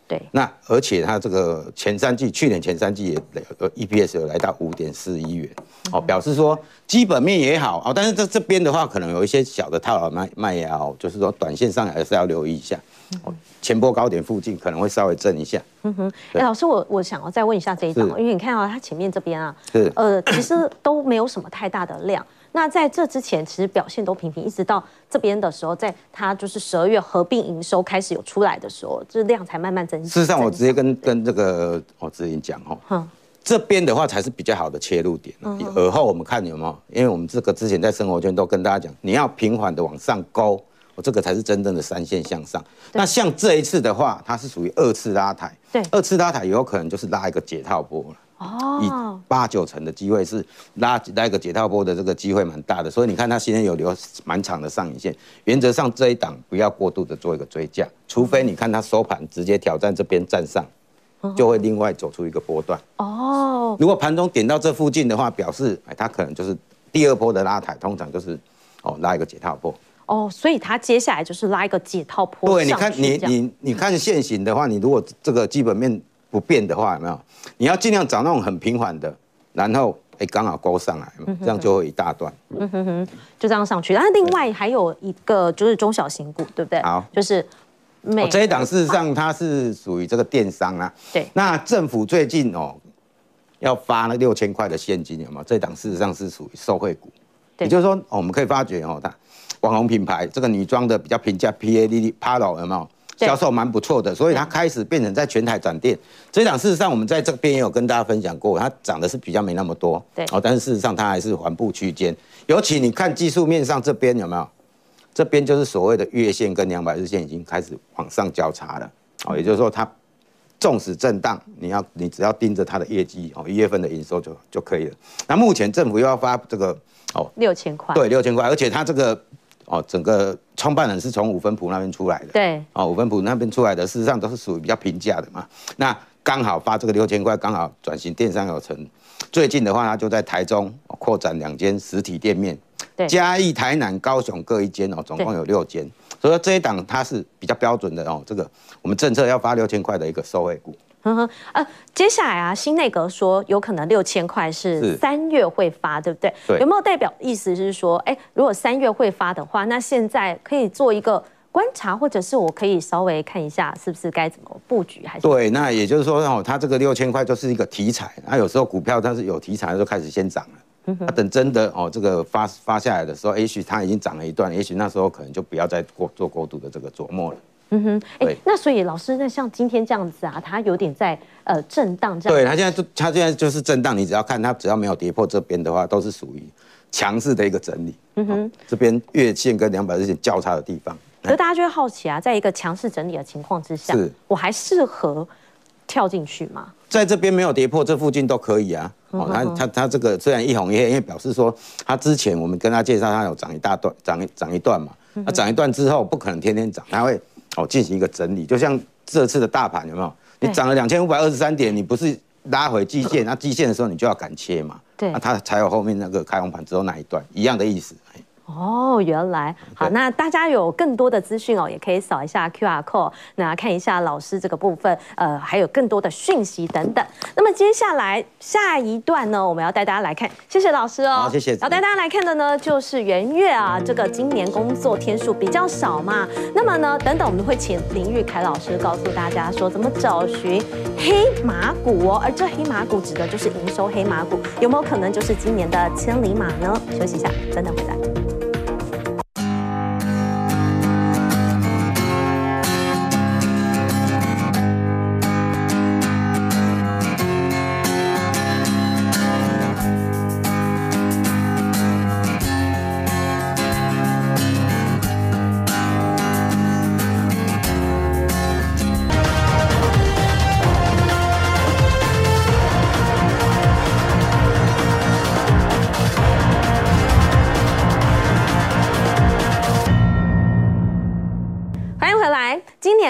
对， 那而且它这个前三季，去年前三季也呃 E P S 有来到五点四一元，哦，表示说基本面也好哦，但是这这边的话可能有一些小的套牢卖卖压哦，就是说短线上还是要留意一下，哦，前波高点附近可能会稍微震一下。 嗯哼，哎，老师，我我想要再问一下这一档，因为你看到它前面这边啊， 是呃，其实都没有什么太大的量。那在这之前，其实表现都平平，一直到这边的时候，在它就是十二月合并营收开始有出来的时候，这量才慢慢增。 事实上，我直接跟跟这个哦志颖讲哦，嗯，这边的话才是比较好的切入点。嗯，而后我们看有没有，因为我们这个之前在生活圈都跟大家讲，你要平缓的往上勾，我这个才是真正的三线向上。那像这一次的话，它是属于二次拉抬，对，二次拉抬有可能就是拉一个解套波了。哦，以八九成的机会是拉拉一个解套波的这个机会蛮大的，所以你看它现在有留蛮长的上影线，原则上这一档不要过度的做一个追价，除非你看它收盘直接挑战这边站上，就会另外走出一个波段。哦，如果盘中点到这附近的话，表示哎它可能就是第二波的拉抬，通常就是哦拉一个解套波。 哦，所以它接下来就是拉一个解套波。 对，你看你你你看现行的话，你如果这个基本面不变的话，有没有？你要尽量找那种很平缓的，然后哎刚好勾上来，这样就会一大段。嗯哼哼，就这样上去。然后另外还有一个就是中小型股，对不对？ 好， 就是美、哦、这一档事实上它是属于这个电商啊。 对。 那政府最近哦要发那六千块的现金，有没有？这一档事实上是属于受惠股。也就是说、哦，我们可以发觉哦，它网红品牌这个女装的比较平价 P A D Palo 有没有？销售蛮不错的，所以它开始变成在全台展店。这一档事实上我们在这边也有跟大家分享过，它涨的是比较没那么多，对，哦，但是事实上它还是缓步区间。尤其你看技术面上这边有没有？这边就是所谓的月线跟两百日线已经开始往上交叉了，哦，也就是说它纵使震荡，你要你只要盯着它的业绩哦，一月份的营收就就可以了。那目前政府又要发这个哦六千块， 对，六千块，而且它这个。哦，整个创办人是从五分埔那边出来的， 对， 哦，五分埔那边出来的，事实上都是属于比较平价的嘛。那刚好发这个六千块，刚好转型电商有成。最近的话，他就在台中扩展两间实体店面，对，嘉义、台南、高雄各一间哦，总共有六间。所以说这一档它是比较标准的哦，这个我们政策要发六千块的一个受惠股。 呵呵，呃，接下来啊，新内阁说有可能六千块是三月会发，对不对？对。有没有代表意思是说，哎，如果三月会发的话，那现在可以做一个观察，或者是我可以稍微看一下是不是该怎么布局，还是？ 对，那也就是说，哦，它这个六千块就是一个题材，那有时候股票它是有题材就开始先涨了。那、啊、等真的哦，这个发发下来的时候，也许它已经涨了一段，也许那时候可能就不要再过做过度的这个琢磨了。 嗯哼，哎、欸，那所以老师，那像今天这样子啊，它有点在呃震荡这样。 对，它现在就它现在就是震荡，你只要看它只要没有跌破这边的话，都是属于强势的一个整理。嗯哼，哦、这边月线跟两百日线交叉的地方。 可是大家就会好奇啊，在一个强势整理的情况之下，是我还适合跳进去吗？ 在这边没有跌破，这附近都可以啊。哦，它它它这个虽然一红一黑，因为表示说它之前我们跟他介绍，它有涨一大段，涨一涨一段嘛。那涨一段之后，不可能天天涨，它会哦进行一个整理。就像这次的大盘有没有？你涨了两千五百二十三点，你不是拉回季线，那季线的时候你就要敢切嘛。对，那它才有后面那个开红盘之后那一段一样的意思。 哦，原来好，那大家有更多的资讯哦，也可以扫一下 Q R code， 那看一下老师这个部分，呃，还有更多的讯息等等。那么接下来下一段呢，我们要带大家来看，谢谢老师哦， 好，谢谢。 要带大家来看的呢，就是元月啊，这个今年工作天数比较少嘛，那么呢，等等我们会请林玉凯老师告诉大家说怎么找寻黑马股哦，而这黑马股指的就是营收黑马股，有没有可能就是今年的千里马呢？休息一下，等等回来。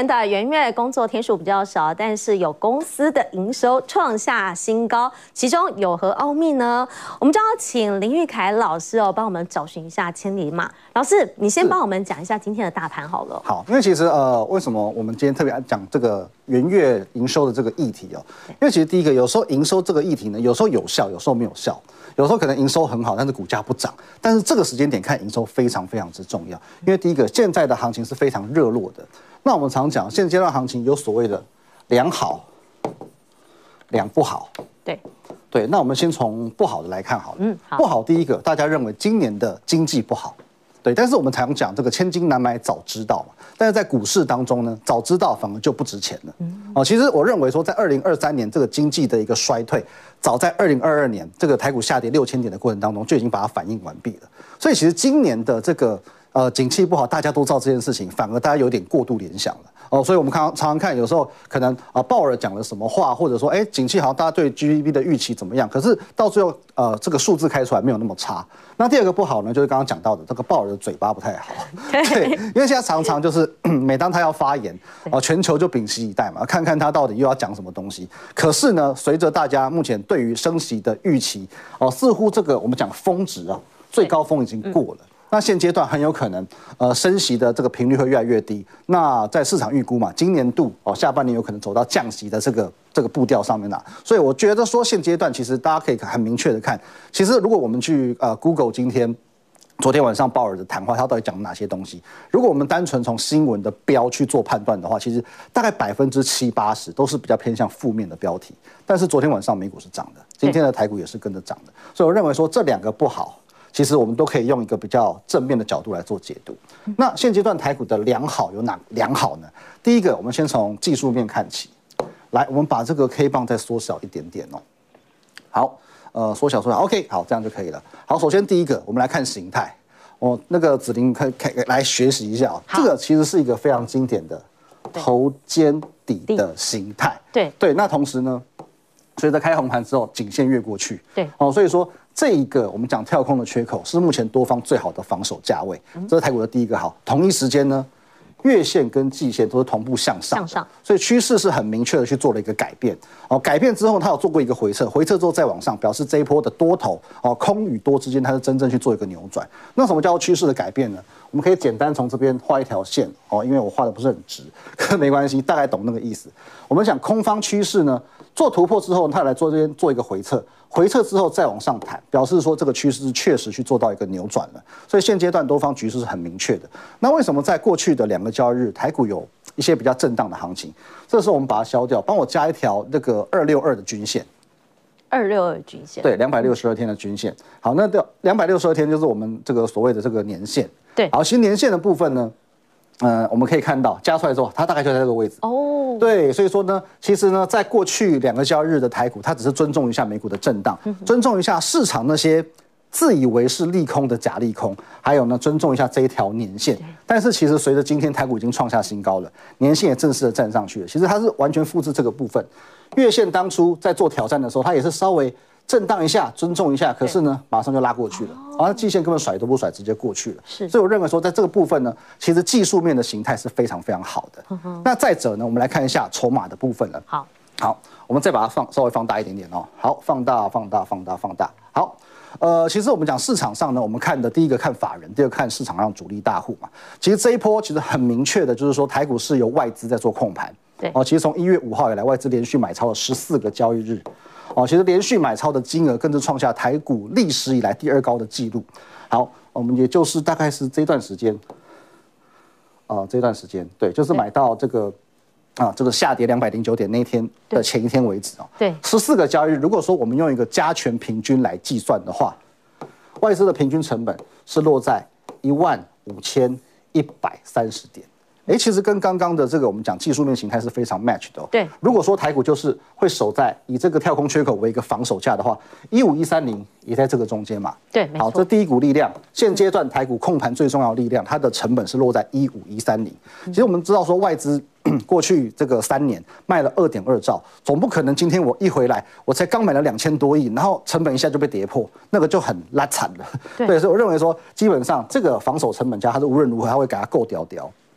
年的元月工作天数比较少，但是有公司的营收创下新高，其中有何奥秘呢？我们就要请林玉凯老师哦，帮我们找寻一下千里马。老师，你先帮我们讲一下今天的大盘好了。 好，因为其实呃，为什么我们今天特别讲这个元月营收的这个议题哦？因为其实第一个，有时候营收这个议题呢，有时候有效，有时候没有效。有时候可能营收很好，但是股价不涨。但是这个时间点看营收非常非常之重要，因为第一个，现在的行情是非常热络的。那我们常讲，现阶段行情有所谓的两好、两不好。 对对，那我们先从不好的来看好了。 嗯，好。 不好，第一个，大家认为今年的经济不好。对，但是我们常讲这个千金难买早知道嘛，但是在股市当中呢，早知道反而就不值钱了。哦，其实我认为说，在二零二三年这个经济的一个衰退，早在二零二二年这个台股下跌六千点的过程当中，就已经把它反映完毕了。所以其实今年的这个呃景气不好，大家都知道这件事情，反而大家有点过度联想了。哦，所以我们看常常看，有时候可能啊鲍尔讲了什么话，或者说哎景气好像大家对 G D P 的预期怎么样，可是到最后呃这个数字开出来没有那么差。那第二个不好呢，就是刚刚讲到的这个鲍尔的嘴巴不太好，对，因为现在常常就是每当他要发言，哦全球就屏息以待嘛，看看他到底又要讲什么东西。可是呢，随着大家目前对于升息的预期，哦似乎这个我们讲峰值啊，最高峰已经过了。那现阶段很有可能，呃，升息的这个频率会越来越低。那在市场预估嘛，今年度哦下半年有可能走到降息的这个这个步调上面啦。所以我觉得说现阶段其实大家可以很明确的看，其实如果我们去呃 Google 今天昨天晚上鲍尔的谈话，他到底讲哪些东西？如果我们单纯从新闻的标去做判断的话，其实大概百分之七八十都是比较偏向负面的标题。但是昨天晚上美股是涨的，今天的台股也是跟着涨的，所以我认为说这两个不好。其实我们都可以用一个比较正面的角度来做解读。那现阶段台股的良好有哪良好呢？第一个，我们先从技术面看起。来，我们把这个 K 棒再缩小一点点哦。好，呃，缩小缩小 ，OK， 好，这样就可以了。好，首先第一个，我们来看形态。哦，那个子琳可以可以来学习一下哦。这个其实是一个非常经典的头肩底的形态。 对对，那同时呢，随着开红盘之后，颈线越过去。 对， 哦，所以说。这一个我们讲跳空的缺口是目前多方最好的防守价位，这是台股的第一个好。同一时间呢，月线跟季线都是同步向上，向上，所以趋势是很明确的去做了一个改变。哦，改变之后它有做过一个回撤，回撤之后再往上，表示这一波的多头哦空与多之间它是真正去做一个扭转。那什么叫做趋势的改变呢？我们可以简单从这边画一条线哦，因为我画的不是很直，可没关系，大概懂那个意思。我们讲空方趋势呢，做突破之后，它来做这边做一个回撤。回撤之后再往上弹，表示说这个趋势确实去做到一个扭转了，所以现阶段多方局势是很明确的。那为什么在过去的两个交易日，台股有一些比较震荡的行情？这时候我们把它消掉，帮我加一条那个二六二的均线， 二六二均线， 对，两百六十二天的均线。好，那两百六十二天就是我们这个所谓的这个年线。 对， 好，其实年线的部分呢，呃，我们可以看到加出来之后，它大概就在这个位置。哦。对，所以说呢，其实呢，在过去两个交易日的台股，它只是尊重一下美股的震荡，尊重一下市场那些自以为是利空的假利空，还有呢，尊重一下这一条年线。但是其实随着今天台股已经创下新高了，年线也正式的站上去了。其实它是完全复制这个部分，月线当初在做挑战的时候，它也是稍微震荡一下，尊重一下，可是呢，马上就拉过去了，而季线根本甩都不甩，直接过去了。是，所以我认为说，在这个部分呢，其实技术面的形态是非常非常好的。嗯、那再者呢，我们来看一下筹码的部分了。好，好，我们再把它放稍微放大一点点哦。好，放大，放大，放大，放大。好，呃，其实我们讲市场上呢，我们看的第一个看法人，第二个看市场上主力大户嘛。其实这一波其实很明确的，就是说台股是由外资在做控盘。对，哦，其实从一月五号以来，外资连续买超了十四个交易日。哦，其实连续买超的金额更是创下台股历史以来第二高的纪录。好，我们也就是大概是这段时间，啊、呃，这段时间，对，就是买到这个啊，这个下跌两百零九点那一天的前一天为止哦。对，十四个交易日，如果说我们用一个加权平均来计算的话，外资的平均成本是落在一万五千一百三十点。哎，其实跟刚刚的这个我们讲技术面形态是非常 match 的、哦。对，如果说台股就是会守在以这个跳空缺口为一个防守价的话，一五一三零也在这个中间嘛。对，好，这第一股力量，现阶段台股控盘最重要的力量，它的成本是落在一五一三零。其实我们知道说外资过去这个三年卖了二点二兆，总不可能今天我一回来，我才刚买了两千多亿，然后成本一下就被跌破，那个就很拉惨了。对，对，所以我认为说，基本上这个防守成本价，它是无论如何它会给它够屌屌。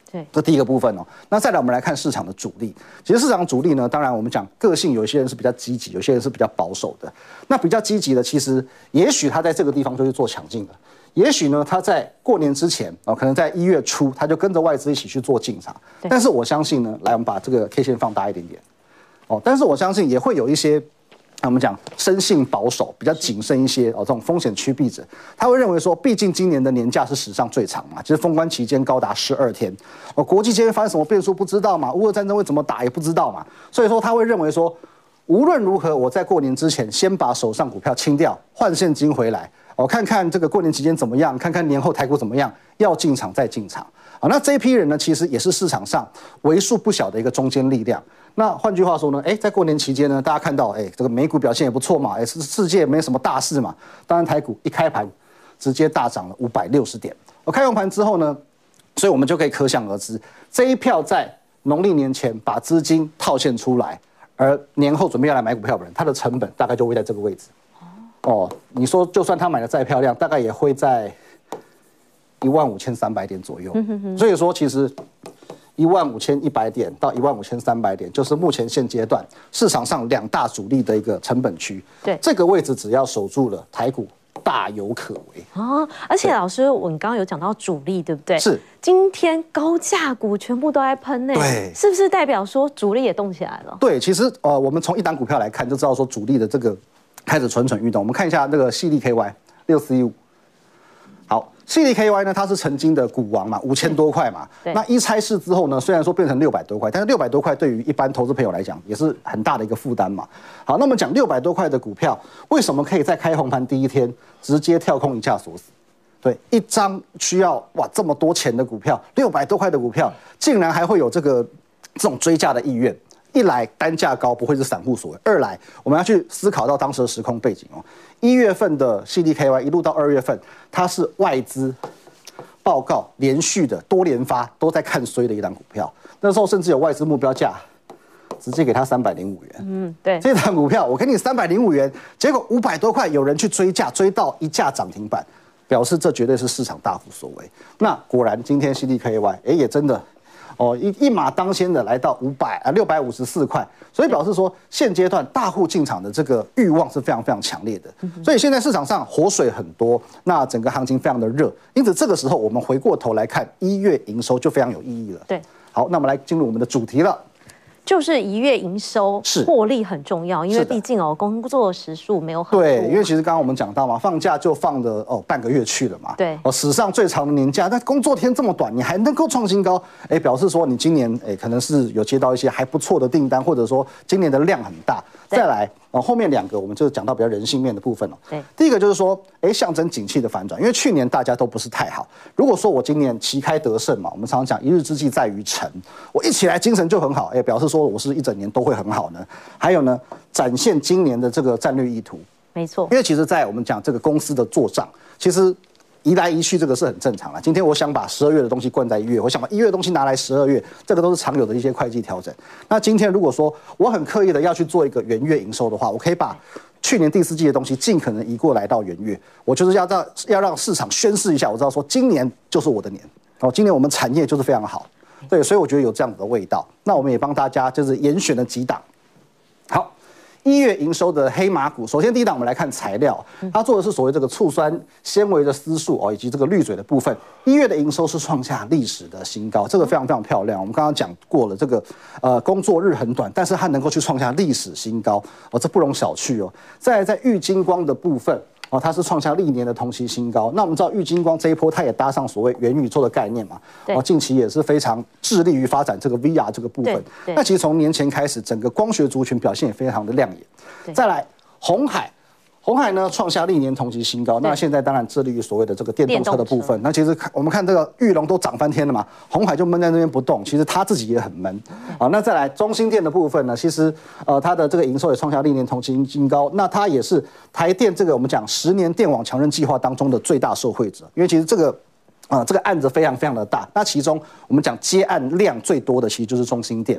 对， 这第一个部分哦。那再来我们来看市场的主力。其实市场主力呢，当然我们讲个性，有一些人是比较积极，有些人是比较保守的。那比较积极的，其实也许他在这个地方就去做抢进了。也许呢，他在过年之前哦，可能在一月初他就跟着外资一起去做进场。但是我相信呢，来我们把这个 K 线放大一点点哦。但是我相信也会有一些我们讲生性保守、比较谨慎一些哦，这种风险趋避者，他会认为说，毕竟今年的年假是史上最长嘛，其实封关期间高达十二天哦，国际间发生什么变数不知道嘛，乌俄战争会怎么打也不知道嘛，所以说他会认为说，无论如何，我在过年之前先把手上股票清掉，换现金回来。我、哦、看看这个过年期间怎么样，看看年后台股怎么样，要进场再进场。好，那这一批人呢，其实也是市场上为数不小的一个中坚力量。那换句话说呢，哎，在过年期间呢，大家看到，哎，这个美股表现也不错嘛，哎，世世界没什么大事嘛。当然，台股一开盘直接大涨了五百六十点。我开完盘之后呢，所以我们就可以可想而知，这一票在农历年前把资金套现出来，而年后准备要来买股票的人，他的成本大概就会在这个位置。哦，你说就算他买的再漂亮，大概也会在一万五千三百点左右。所以说，其实一万五千一百点到一万五千三百点，就是目前现阶段市场上两大主力的一个成本区。 对， 这个位置只要守住了，台股大有可为啊！而且老师，我们刚刚有讲到主力，对不对？ 是。 今天高价股全部都在喷呢， 对， 是不是代表说主力也动起来了？ 对，其实呃，我们从一档股票来看就知道说主力的这个开始蠢蠢欲动。我们看一下那个矽力 K Y 六四一五，好，矽力 K Y 呢，它是曾经的股王嘛，五千多块嘛。那一拆市之后呢，虽然说变成六百多块，但是六百多块对于一般投资朋友来讲也是很大的一个负担嘛。好，那么讲六百多块的股票，为什么可以在开红盘第一天直接跳空一价锁死？对，一张需要哇这么多钱的股票，六百多块的股票，竟然还会有这个这种追价的意愿。一来单价高不会是散户所为，二来我们要去思考到当时的时空背景哦。一月份的 C D K Y 一路到二月份，它是外资报告连续的多连发都在看衰的一档股票，那时候甚至有外资目标价直接给它三百零五元。 嗯，对， 这档股票我给你三百零五元，结果五百多块有人去追价，追到一价涨停板，表示这绝对是市场大幅所为。那果然今天 C D K Y 哎也真的。哦，一一马当先的来到五百啊六百五十四块，所以表示说现阶段大户进场的这个欲望是非常非常强烈的，所以现在市场上活水很多，那整个行情非常的热，因此这个时候我们回过头来看一月营收就非常有意义了。 对， 好，那我们来进入我们的主题了。 就是一月营收是获利很重要，因为毕竟哦工作时数没有很多。 对，因为其实刚刚我们讲到嘛，放假就放了哦半个月去了嘛。 对， 哦史上最长的年假，但工作天这么短，你还能够创新高，哎，表示说你今年哎可能是有接到一些还不错的订单，或者说今年的量很大。再来哦，后面两个我们就讲到比较人性面的部分了。 对， 第一个就是说，哎，象征景气的反转，因为去年大家都不是太好。如果说我今年旗开得胜嘛，我们常常讲一日之计在于晨，我一起来精神就很好，哎，表示说我是一整年都会很好呢。还有呢，展现今年的这个战略意图。 没错， 因为其实，在我们讲这个公司的做账，其实移来移去这个是很正常的。今天我想把十二月的东西灌在一月，我想把一月的东西拿来十二月，这个都是常有的一些会计调整。那今天如果说我很刻意的要去做一个元月营收的话，我可以把去年第四季的东西尽可能移过来到元月，我就是要让要让市场宣示一下，我知道说今年就是我的年哦，今年我们产业就是非常好，对，所以我觉得有这样子的味道。那我们也帮大家就是严选了几档，好。一月营收的黑马股，首先第一档我们来看材料，它做的是所谓这个醋酸纤维的丝束哦，以及这个滤嘴的部分。一月的营收是创下历史的新高，这个非常非常漂亮。我们刚刚讲过了，这个呃工作日很短，但是它能够去创下历史新高哦，这不容小觑哦。再来在玉晶光的部分。哦，它是创下历年的同期新高。那我们知道玉晶光这一波，它也搭上所谓元宇宙的概念嘛。哦，近期也是非常致力于发展这个 V R 这个部分。那其实从年前开始，整个光学族群表现也非常的亮眼。再来，鸿海。鸿海呢创下历年同期新高，那现在当然致力于所谓的这个电动车的部分。那其实我们看这个裕隆都涨翻天了嘛，鸿海就闷在那边不动，其实他自己也很闷。好，那再来中兴电的部分呢，其实呃它的这个营收也创下历年同期新高，那它也是台电这个我们讲十年电网强韧计划当中的最大受惠者，因为其实这个。啊、呃，这个案子非常非常的大，那其中我们讲接案量最多的其实就是中兴电。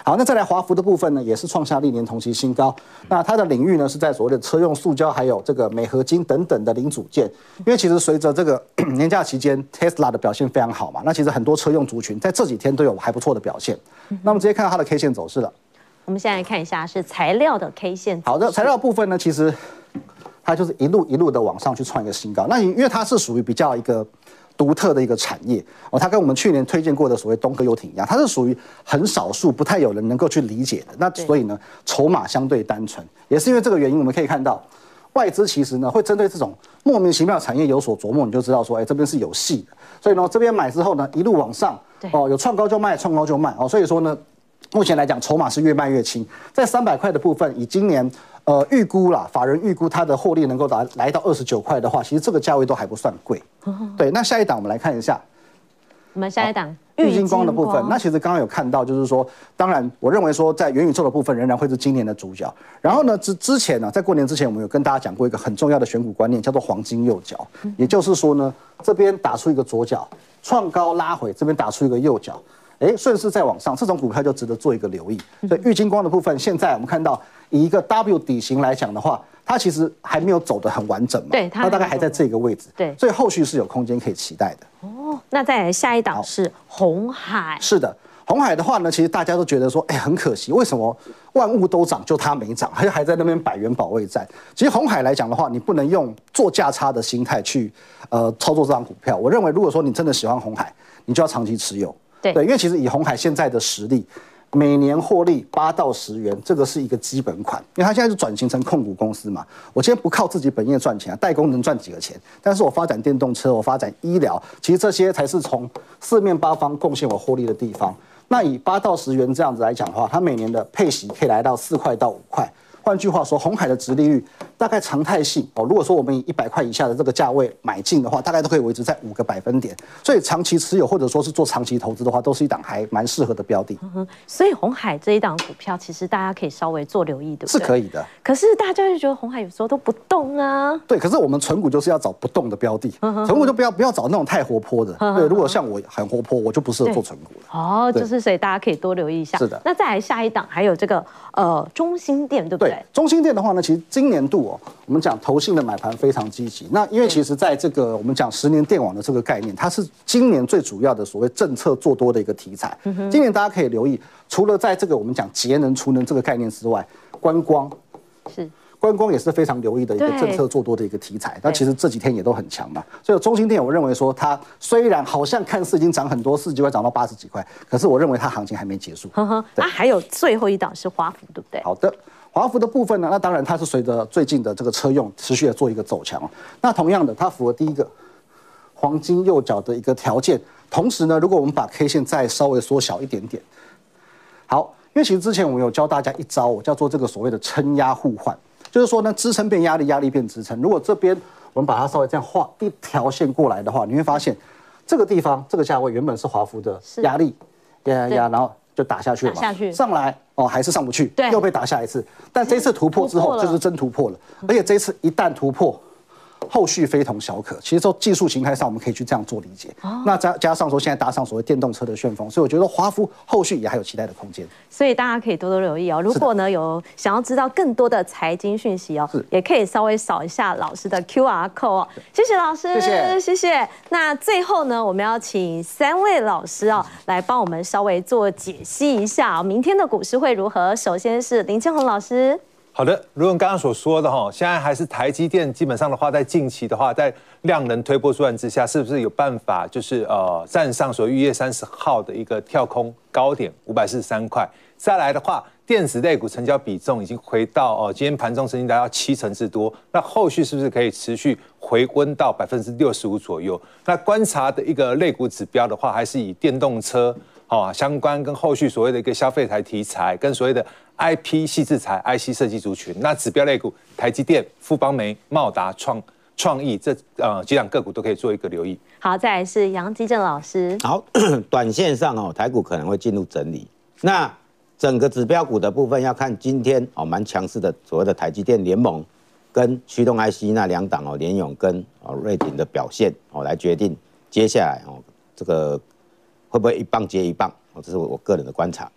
好，那再来华孚的部分呢，也是创下历年同期新高。那它的领域呢是在所谓的车用塑胶，还有这个镁合金等等的零组件。因为其实随着这个年假期间 ，Tesla 的表现非常好嘛，那其实很多车用族群在这几天都有还不错的表现。那我们直接看到它的 K 线走势了。 我们现在来看一下是材料的 K 线。 好的，材料部分呢，其实它就是一路一路的往上去创一个新高。那因为它是属于比较一个独特的一个产业哦，它跟我们去年推荐过的所谓东哥游艇一样，它是属于很少数不太有人能够去理解的。那所以呢，筹码相对单纯，也是因为这个原因，我们可以看到外资其实呢会针对这种莫名其妙的产业有所琢磨，你就知道说，哎，这边是有戏的。所以呢，这边买之后呢，一路往上，哦，有创高就卖，创高就卖哦。所以说呢，目前来讲，筹码是越卖越轻，在三百块的部分，以今年呃预估啦，法人预估它的获利能够达来到二十九块的话，其实这个价位都还不算贵。对，那下一档我们来看一下， 我们下一档玉晶光的部分，那其实刚刚有看到，就是说，当然我认为说在元宇宙的部分仍然会是今年的主角。然后呢，之之前呢，在过年之前，我们有跟大家讲过一个很重要的选股观念，叫做黄金右脚，也就是说呢，这边打出一个左脚，创高拉回，这边打出一个右脚。哎，顺势再往上，这种股票就值得做一个留意。所以玉晶光的部分，现在我们看到以一个 W 底型来讲的话，它其实还没有走得很完整嘛， 对， 它大概还在这个位置， 对， 所以后续是有空间可以期待的。 哦，那再来下一档是鸿海， 是的。鸿海的话呢，其实大家都觉得说，哎，很可惜，为什么万物都涨，就它没涨，还还在那边百元保卫战？其实鸿海来讲的话，你不能用做价差的心态去呃操作这张股票。我认为，如果说你真的喜欢鸿海，你就要长期持有。 对， 因为其实以鸿海现在的实力，每年获利八到十元，这个是一个基本款。因为它现在是转型成控股公司嘛，我今天不靠自己本业赚钱啊，代工能赚几个钱？但是我发展电动车，我发展医疗，其实这些才是从四面八方贡献我获利的地方。那以八到十元这样子来讲的话，它每年的配息可以来到四块到五块。换句话说，鸿海的殖利率大概常态性哦，如果说我们以一百块以下的这个价位买进的话，大概都可以维持在五个百分点。所以长期持有或者说是做长期投资的话，都是一档还蛮适合的标的。 嗯、所以鸿海这一档股票，其实大家可以稍微做留意，对不对？ 是可以的。 可是大家就觉得鸿海有时候都不动啊。 对，可是我们存股就是要找不动的标的，存股就不要不要找那种太活泼的。对，如果像我很活泼，我就不适合做存股了。 哦，就是所以大家可以多留意一下。 是的。 那再来下一档还有这个呃中兴电，对不对？ 对，中兴电的话呢，其实今年度哦，我们讲投信的买盘非常积极。那因为其实在这个我们讲十年电网的这个概念，它是今年最主要的所谓政策做多的一个题材。今年大家可以留意，除了在这个我们讲节能储能这个概念之外，观光是。 观光也是非常留意的一个政策做多的一个题材，那其实这几天也都很强嘛。所以中兴电，我认为说它虽然好像看似已经涨很多，四十几块涨到八十几块，可是我认为它行情还没结束。 呵呵，那还有最后一档是华孚，对不对？ 好的，华孚的部分呢，那当然它是随着最近的这个车用持续的做一个走强。那同样的，它符合第一个黄金右脚的一个条件。同时呢，如果我们把 K 线再稍微缩小一点点，好，因为其实之前我们有教大家一招，叫做这个所谓的撑压互换。就是说呢，支撑变压力，压力变支撑。如果这边我们把它稍微这样画一条线过来的话，你会发现这个地方这个价位原本是华孚的压力，压压压，然后就打下去了嘛， 下去上来哦还是上不去， 对， 又被打下一次。但这一次突破之后就是真突破了，而且这一次一旦突破，后续非同小可。其实从技术形态上，我们可以去这样做理解。哦、那加加上说，现在搭上所谓电动车的旋风，所以我觉得华孚后续也还有期待的空间。 所以大家可以多多留意哦。如果呢有想要知道更多的财经讯息哦，也可以稍微扫一下老师的 Q R code 哦。谢谢老师， 谢谢谢谢。那最后呢，我们要请三位老师哦来帮我们稍微做解析一下、哦、明天的股市会如何。首先是林建宏老师。 好的，如我刚刚所说的哈，现在还是台积电，基本上的话，在近期的话，在量能推波助澜之下，是不是有办法就是呃站上所谓一月三十号的一个跳空高点五百四十三块？再来的话，电子类股成交比重已经回到哦、呃，今天盘中曾经达到七成之多，那后续是不是可以持续回温到百分之六十五左右？那观察的一个类股指标的话，还是以电动车。哦，相关跟后续所谓的一个消费台题材，跟所谓的 I P 矽智财、I C 设计族群，那指标类股，台积电、富邦媒、茂达、创创意这呃几档个股都可以做一个留意。 好，再来是杨基正老师。 好，短线上哦，台股可能会进入整理。那整个指标股的部分要看今天哦蛮强势的所谓的台积电联盟跟驱动 I C 那两档哦联咏跟哦瑞鼎的表现哦来决定接下来哦这个。会不会一棒接一棒？哦，这是我我个人的观察。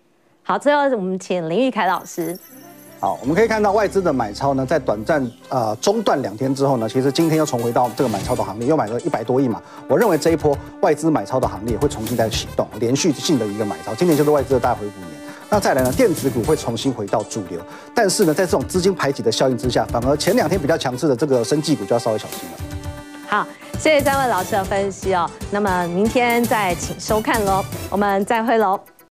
好，最后我们请林玉凯老师。 好，我们可以看到外资的买超呢，在短暂呃中断两天之后呢，其实今天又重回到这个买超的行列，又买了一百多亿嘛。我认为这一波外资买超的行列会重新再启动，连续性的一个买超。今年就是外资的大回补年。那再来呢，电子股会重新回到主流，但是呢，在这种资金排挤的效应之下，反而前两天比较强势的这个生技股就要稍微小心了。 好，谢谢三位老师的分析哦。那么明天再请收看喽，我们再会喽。